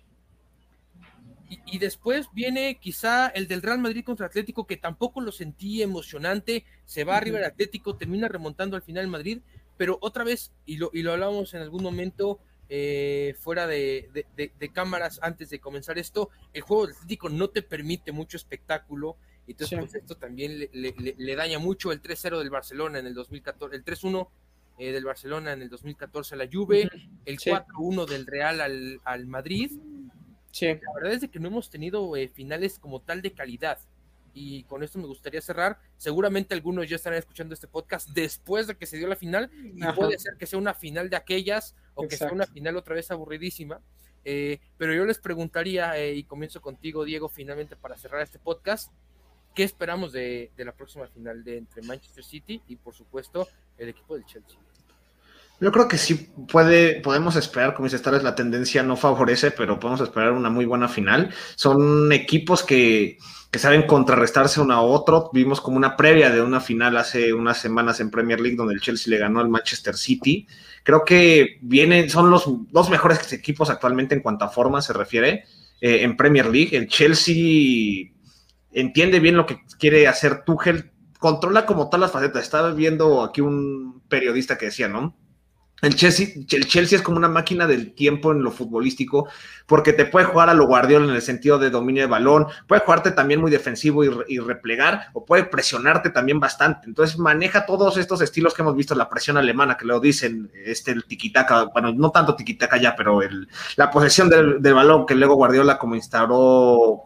Y, y después viene quizá el del Real Madrid contra Atlético, que tampoco lo sentí emocionante, se va uh-huh. arriba el Atlético, termina remontando al final el Madrid, pero otra vez, y lo, y lo hablábamos en algún momento eh, fuera de, de, de, de cámaras antes de comenzar esto, el juego del Atlético no te permite mucho espectáculo, entonces sí. pues esto también le, le, le daña mucho. El tres cero del Barcelona en el dos mil catorce, el tres uno eh, del Barcelona en el dos mil catorce a la Juve, uh-huh. el sí. cuatro uno del Real al, al Madrid. Sí. La verdad es de que no hemos tenido eh, finales como tal de calidad, y con esto me gustaría cerrar. Seguramente algunos ya estarán escuchando este podcast después de que se dio la final, y Ajá. puede ser que sea una final de aquellas, o Exacto. que sea una final otra vez aburridísima, eh, pero yo les preguntaría, eh, y comienzo contigo, Diego, finalmente para cerrar este podcast, ¿qué esperamos de, de la próxima final de entre Manchester City y por supuesto el equipo del Chelsea? Yo creo que sí puede, podemos esperar, como dices, tal vez la tendencia no favorece, pero podemos esperar una muy buena final. Son equipos que, que saben contrarrestarse uno a otro. Vimos como una previa de una final hace unas semanas en Premier League, donde el Chelsea le ganó al Manchester City. Creo que vienen, son los dos mejores equipos actualmente en cuanto a forma se refiere eh, en Premier League. El Chelsea entiende bien lo que quiere hacer Tuchel, controla como tal las facetas. Estaba viendo aquí un periodista que decía, ¿no? El Chelsea, el Chelsea es como una máquina del tiempo en lo futbolístico, porque te puede jugar a lo Guardiola en el sentido de dominio de balón, puede jugarte también muy defensivo y, y replegar, o puede presionarte también bastante. Entonces maneja todos estos estilos que hemos visto, la presión alemana, que lo dicen, este, el tiquitaca, bueno, no tanto tiquitaca ya, pero el, la posesión del, del balón, que luego Guardiola como instauró con,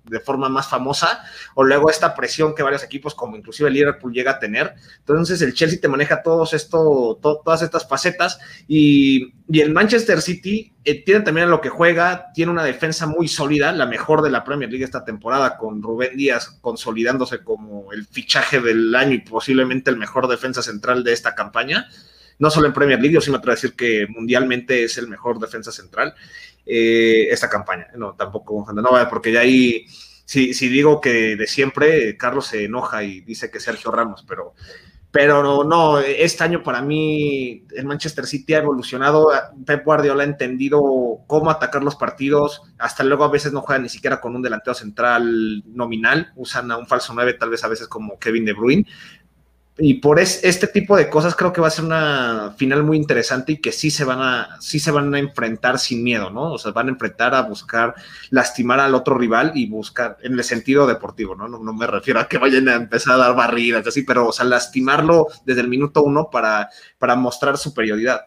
de forma más famosa, o luego esta presión que varios equipos, como inclusive el Liverpool, llega a tener. Entonces el Chelsea te maneja todos esto, to, todas estas facetas, y, y el Manchester City eh, tiene también a lo que juega, tiene una defensa muy sólida, la mejor de la Premier League esta temporada, con Rubén Díaz consolidándose como el fichaje del año y posiblemente el mejor defensa central de esta campaña. No solo en Premier League, yo sí me atrevo a decir que mundialmente es el mejor defensa central eh, esta campaña. No, tampoco, no, porque ya ahí, si, si digo que de siempre, Carlos se enoja y dice que Sergio Ramos, pero, pero no, no, este año para mí el Manchester City ha evolucionado. Pep Guardiola ha entendido cómo atacar los partidos, hasta luego a veces no juegan ni siquiera con un delantero central nominal, usan a un falso nueve, tal vez a veces como Kevin De Bruyne. Y por es, este tipo de cosas creo que va a ser una final muy interesante y que sí se van a, sí se van a enfrentar sin miedo, ¿no? O sea, van a enfrentar a buscar lastimar al otro rival y buscar, en el sentido deportivo, ¿no? No, no me refiero a que vayan a empezar a dar barridas, así, pero, o sea, lastimarlo desde el minuto uno para, para mostrar superioridad.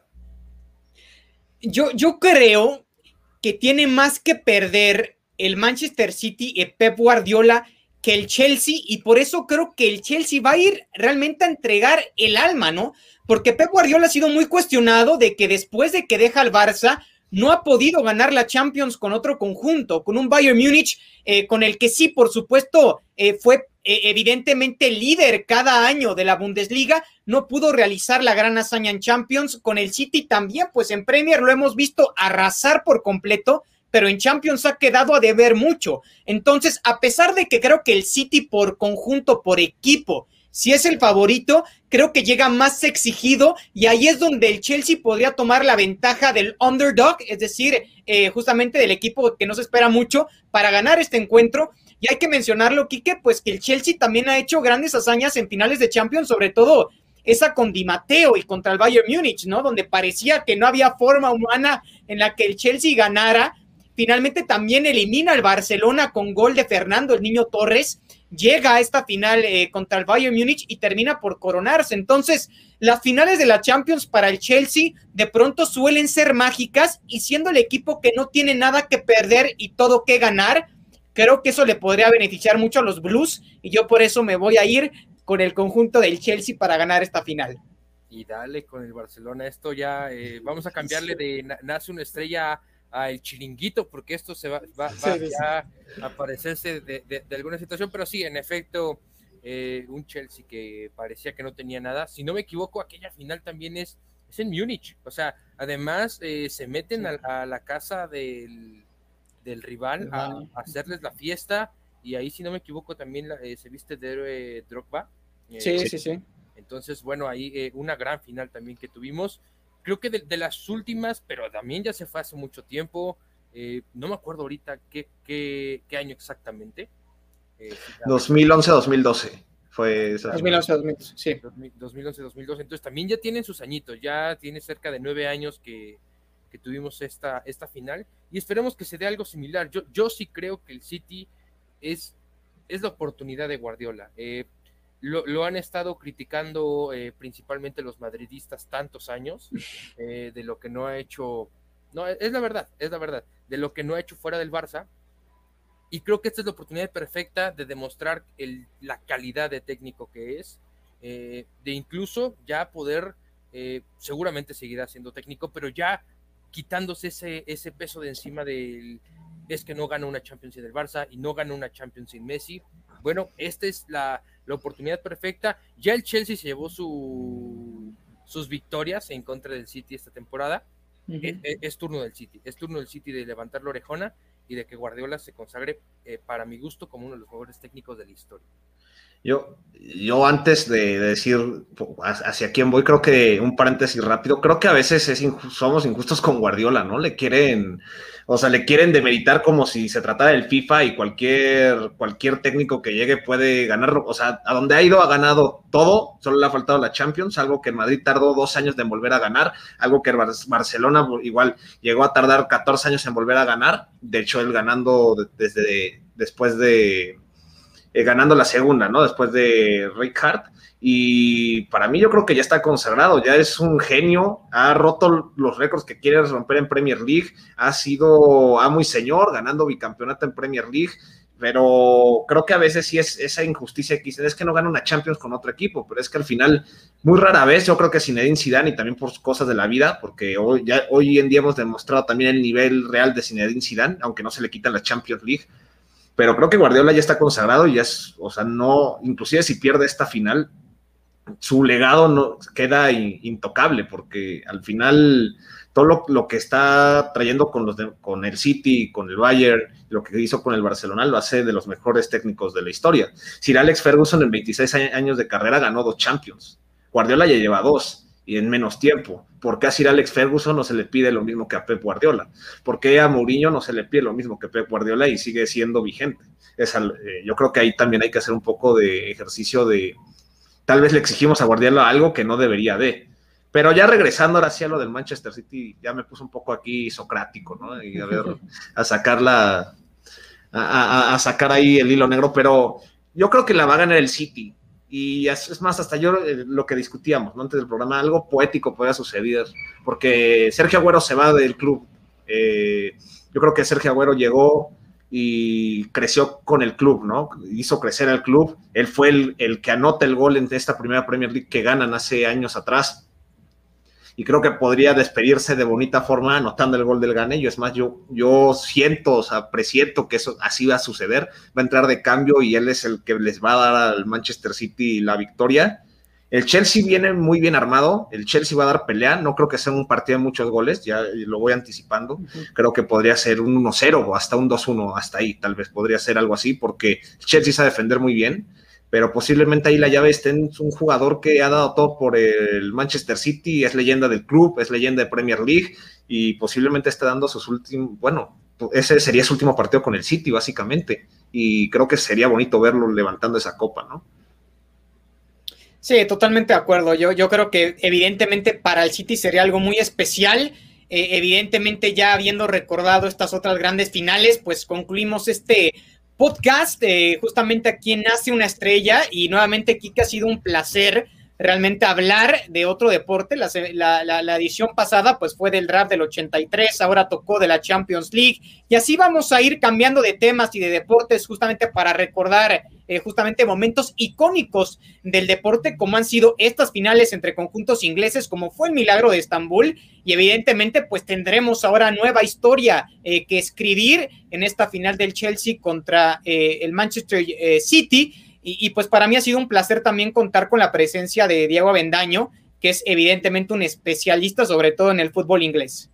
Yo, yo creo que tiene más que perder el Manchester City y Pep Guardiola que el Chelsea, y por eso creo que el Chelsea va a ir realmente a entregar el alma, ¿no? Porque Pep Guardiola ha sido muy cuestionado de que después de que deja el Barça, no ha podido ganar la Champions con otro conjunto, con un Bayern Múnich, eh, con el que sí, por supuesto, eh, fue eh, evidentemente líder cada año de la Bundesliga, no pudo realizar la gran hazaña en Champions. Con el City también, pues en Premier lo hemos visto arrasar por completo, pero en Champions ha quedado a deber mucho. Entonces, a pesar de que creo que el City por conjunto, por equipo, si es el favorito, creo que llega más exigido, y ahí es donde el Chelsea podría tomar la ventaja del underdog, es decir, eh, justamente del equipo que no se espera mucho para ganar este encuentro. Y hay que mencionarlo, Quique, pues que el Chelsea también ha hecho grandes hazañas en finales de Champions, sobre todo esa con Di Matteo y contra el Bayern Múnich, ¿no? Donde parecía que no había forma humana en la que el Chelsea ganara. Finalmente también elimina al Barcelona con gol de Fernando, el Niño Torres, llega a esta final eh, contra el Bayern Múnich y termina por coronarse. Entonces, las finales de la Champions para el Chelsea de pronto suelen ser mágicas, y siendo el equipo que no tiene nada que perder y todo que ganar, creo que eso le podría beneficiar mucho a los Blues, y yo por eso me voy a ir con el conjunto del Chelsea para ganar esta final. Y dale con el Barcelona, esto ya, eh, vamos a cambiarle de na- nace una estrella a el chiringuito, porque esto se va, va, va sí, ya sí. a parecerse de, de, de alguna situación, pero sí, en efecto, eh, un Chelsea que parecía que no tenía nada. Si no me equivoco, aquella final también es, es en Múnich, o sea, además eh, se meten sí. a, a la casa del, del rival a, a hacerles la fiesta, y ahí, si no me equivoco, también eh, se viste de héroe Drogba. Eh, sí, sí, sí. Entonces, bueno, ahí eh, una gran final también que tuvimos. Creo que de, de las últimas, pero también ya se fue hace mucho tiempo, eh, no me acuerdo ahorita qué, qué, qué año exactamente. Eh, dos mil once dos mil doce fue esa. dos mil once dos mil doce, sí. dos mil once dos mil doce, entonces también ya tienen sus añitos, ya tiene cerca de nueve años que, que tuvimos esta, esta final, y esperemos que se dé algo similar. Yo, yo sí creo que el City es, es la oportunidad de Guardiola. Eh, Lo, lo han estado criticando eh, principalmente los madridistas tantos años, eh, de lo que no ha hecho, no, es la verdad, es la verdad, de lo que no ha hecho fuera del Barça, y creo que esta es la oportunidad perfecta de demostrar el, la calidad de técnico que es, eh, de incluso ya poder, eh, seguramente seguirá siendo técnico, pero ya quitándose ese, ese peso de encima del, es que no gana una Champions sin el Barça y no gana una Champions sin Messi. Bueno, esta es la, la oportunidad perfecta. Ya el Chelsea se llevó su, sus victorias en contra del City esta temporada. Uh-huh. Es, es, es turno del City, es turno del City de levantar la orejona y de que Guardiola se consagre, eh, para mi gusto, como uno de los mejores técnicos de la historia. Yo, yo antes de, de decir hacia quién voy, creo que un paréntesis rápido, creo que a veces es injusto, somos injustos con Guardiola, ¿no? Le quieren, o sea, le quieren demeritar como si se tratara del FIFA y cualquier, cualquier técnico que llegue puede ganarlo. O sea, a donde ha ido ha ganado todo, solo le ha faltado la Champions, algo que el Madrid tardó dos años en volver a ganar, algo que el Barcelona igual llegó a tardar catorce años en volver a ganar. De hecho, él ganando desde después de... Eh, ganando la segunda, ¿no? Después de Rijkaard, y para mí yo creo que ya está consagrado, ya es un genio, ha roto los récords que quiere romper en Premier League, ha sido amo y señor, ganando bicampeonato en Premier League, pero creo que a veces sí es esa injusticia que dicen, es que no gana una Champions con otro equipo, pero es que al final, muy rara vez, yo creo que Zinedine Zidane y también por cosas de la vida, porque hoy, ya, hoy en día hemos demostrado también el nivel real de Zinedine Zidane, aunque no se le quita la Champions League, pero creo que Guardiola ya está consagrado y ya es, o sea, no, inclusive si pierde esta final, su legado no queda in, intocable, porque al final todo lo, lo que está trayendo con, los de, con el City, con el Bayern, lo que hizo con el Barcelona, lo hace de los mejores técnicos de la historia. Sir Alex Ferguson en veintiséis años de carrera ganó dos Champions, Guardiola ya lleva dos, y en menos tiempo. ¿Por qué a Sir Alex Ferguson no se le pide lo mismo que a Pep Guardiola? ¿Por qué a Mourinho no se le pide lo mismo que a Pep Guardiola y sigue siendo vigente? Es al, eh, yo creo que ahí también hay que hacer un poco de ejercicio de, tal vez le exigimos a Guardiola algo que no debería de. Pero ya regresando ahora sí a lo del Manchester City, ya me puse un poco aquí socrático, ¿no? Y a ver, a sacar la, a, a, a sacar ahí el hilo negro, pero yo creo que la va a ganar el City. Y es más, hasta yo eh, lo que discutíamos, ¿no? Antes del programa, algo poético puede suceder, porque Sergio Agüero se va del club. Eh, yo creo que Sergio Agüero llegó y creció con el club, ¿no? Hizo crecer al club. Él fue el, el que anota el gol en esta primera Premier League que ganan hace años atrás. Y creo que podría despedirse de bonita forma anotando el gol del Ganello. Es más, yo, yo siento, o sea, presiento que eso así va a suceder. Va a entrar de cambio y él es el que les va a dar al Manchester City la victoria. El Chelsea viene muy bien armado. El Chelsea va a dar pelea. No creo que sea un partido de muchos goles, ya lo voy anticipando. Uh-huh. Creo que podría ser un uno cero o hasta un dos uno, hasta ahí tal vez podría ser algo así, porque el Chelsea sabe defender muy bien. Pero posiblemente ahí la llave esté en un jugador que ha dado todo por el Manchester City, es leyenda del club, es leyenda de Premier League, y posiblemente esté dando sus últimos, bueno, ese sería su último partido con el City, básicamente, y creo que sería bonito verlo levantando esa copa, ¿no? Sí, totalmente de acuerdo. Yo, yo creo que evidentemente para el City sería algo muy especial. Eh, evidentemente ya habiendo recordado estas otras grandes finales, pues concluimos este podcast, eh, justamente aquí en Nace una Estrella, y nuevamente, Kike, ha sido un placer realmente hablar de otro deporte. La, la, la, la edición pasada pues fue del draft del ochenta y tres, ahora tocó de la Champions League, y así vamos a ir cambiando de temas y de deportes justamente para recordar eh, justamente momentos icónicos del deporte, como han sido estas finales entre conjuntos ingleses, como fue el milagro de Estambul, y evidentemente pues tendremos ahora nueva historia eh, que escribir en esta final del Chelsea contra eh, el Manchester eh, City. Y, y pues para mí ha sido un placer también contar con la presencia de Diego Avendaño, que es evidentemente un especialista sobre todo en el fútbol inglés.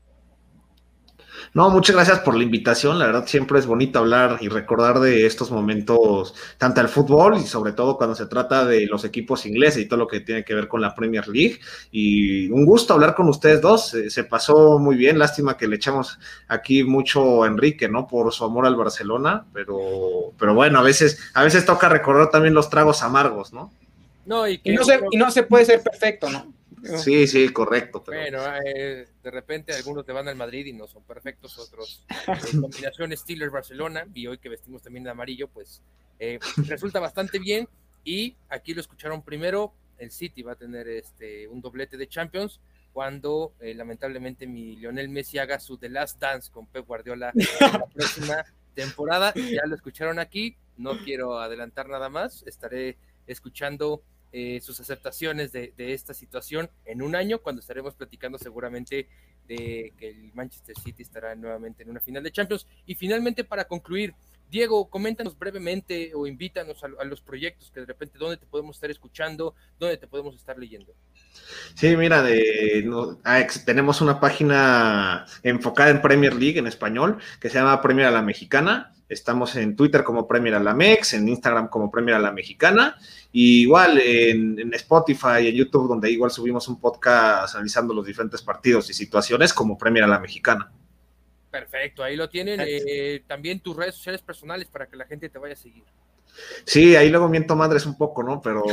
No, muchas gracias por la invitación. La verdad siempre es bonito hablar y recordar de estos momentos, tanto el fútbol y sobre todo cuando se trata de los equipos ingleses y todo lo que tiene que ver con la Premier League. Y un gusto hablar con ustedes dos. Se, se pasó muy bien. Lástima que le echamos aquí mucho a Enrique, ¿no? Por su amor al Barcelona, pero, pero bueno, a veces, a veces toca recordar también los tragos amargos, ¿no? No, y, que y, no se, y no se puede ser perfecto, ¿no? Sí, sí, correcto. Pero... Bueno, eh, de repente algunos te van al Madrid y no son perfectos, otros eh, combinación Steelers-Barcelona, y hoy que vestimos también de amarillo, pues eh, resulta bastante bien, y aquí lo escucharon primero, el City va a tener este un doblete de Champions, cuando eh, lamentablemente mi Lionel Messi haga su The Last Dance con Pep Guardiola en la próxima temporada. Ya lo escucharon aquí, no quiero adelantar nada más, estaré escuchando Eh, sus aceptaciones de, de esta situación en un año, cuando estaremos platicando seguramente de que el Manchester City estará nuevamente en una final de Champions. Y finalmente, para concluir, Diego, coméntanos brevemente o invítanos a, a los proyectos que de repente, dónde te podemos estar escuchando, dónde te podemos estar leyendo. Sí, mira, de, no, tenemos una página enfocada en Premier League en español que se llama Premier a la Mexicana. Estamos en Twitter como Premier a la Mex, en Instagram como Premier a la Mexicana, y igual en, en Spotify y en YouTube, donde igual subimos un podcast analizando los diferentes partidos y situaciones como Premier a la Mexicana. Perfecto, ahí lo tienen. Eh, también tus redes sociales personales para que la gente te vaya a seguir. Sí, ahí luego miento madres un poco, ¿no? Pero,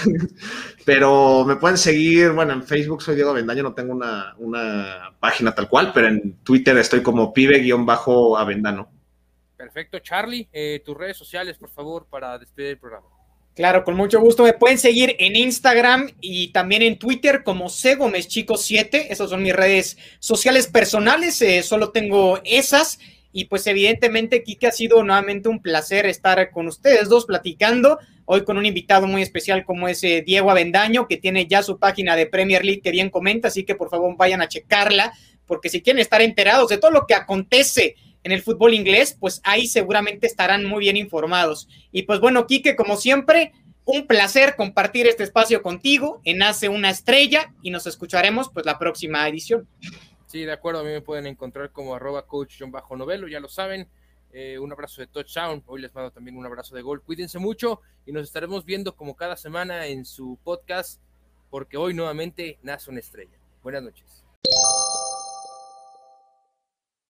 pero me pueden seguir, bueno, en Facebook soy Diego Avendaño, no tengo una, una página tal cual, pero en Twitter estoy como pibe-avendano. Perfecto, Charlie, eh, tus redes sociales, por favor, para despedir el programa. Claro, con mucho gusto. Me pueden seguir en Instagram y también en Twitter como C Gómez Chico siete. Esas son mis redes sociales personales, eh, solo tengo esas. Y pues evidentemente, Quique, ha sido nuevamente un placer estar con ustedes dos platicando, hoy con un invitado muy especial como es eh, Diego Avendaño, que tiene ya su página de Premier League que bien comenta, así que por favor vayan a checarla, porque si quieren estar enterados de todo lo que acontece en el fútbol inglés, pues ahí seguramente estarán muy bien informados. Y pues bueno, Quique, como siempre, un placer compartir este espacio contigo en Hace una Estrella y nos escucharemos pues la próxima edición. Sí, de acuerdo, a mí me pueden encontrar como arroba coach-novelo, ya lo saben. Eh, un abrazo de touchdown, hoy les mando también un abrazo de gol. Cuídense mucho y nos estaremos viendo como cada semana en su podcast, porque hoy nuevamente nace una estrella. Buenas noches.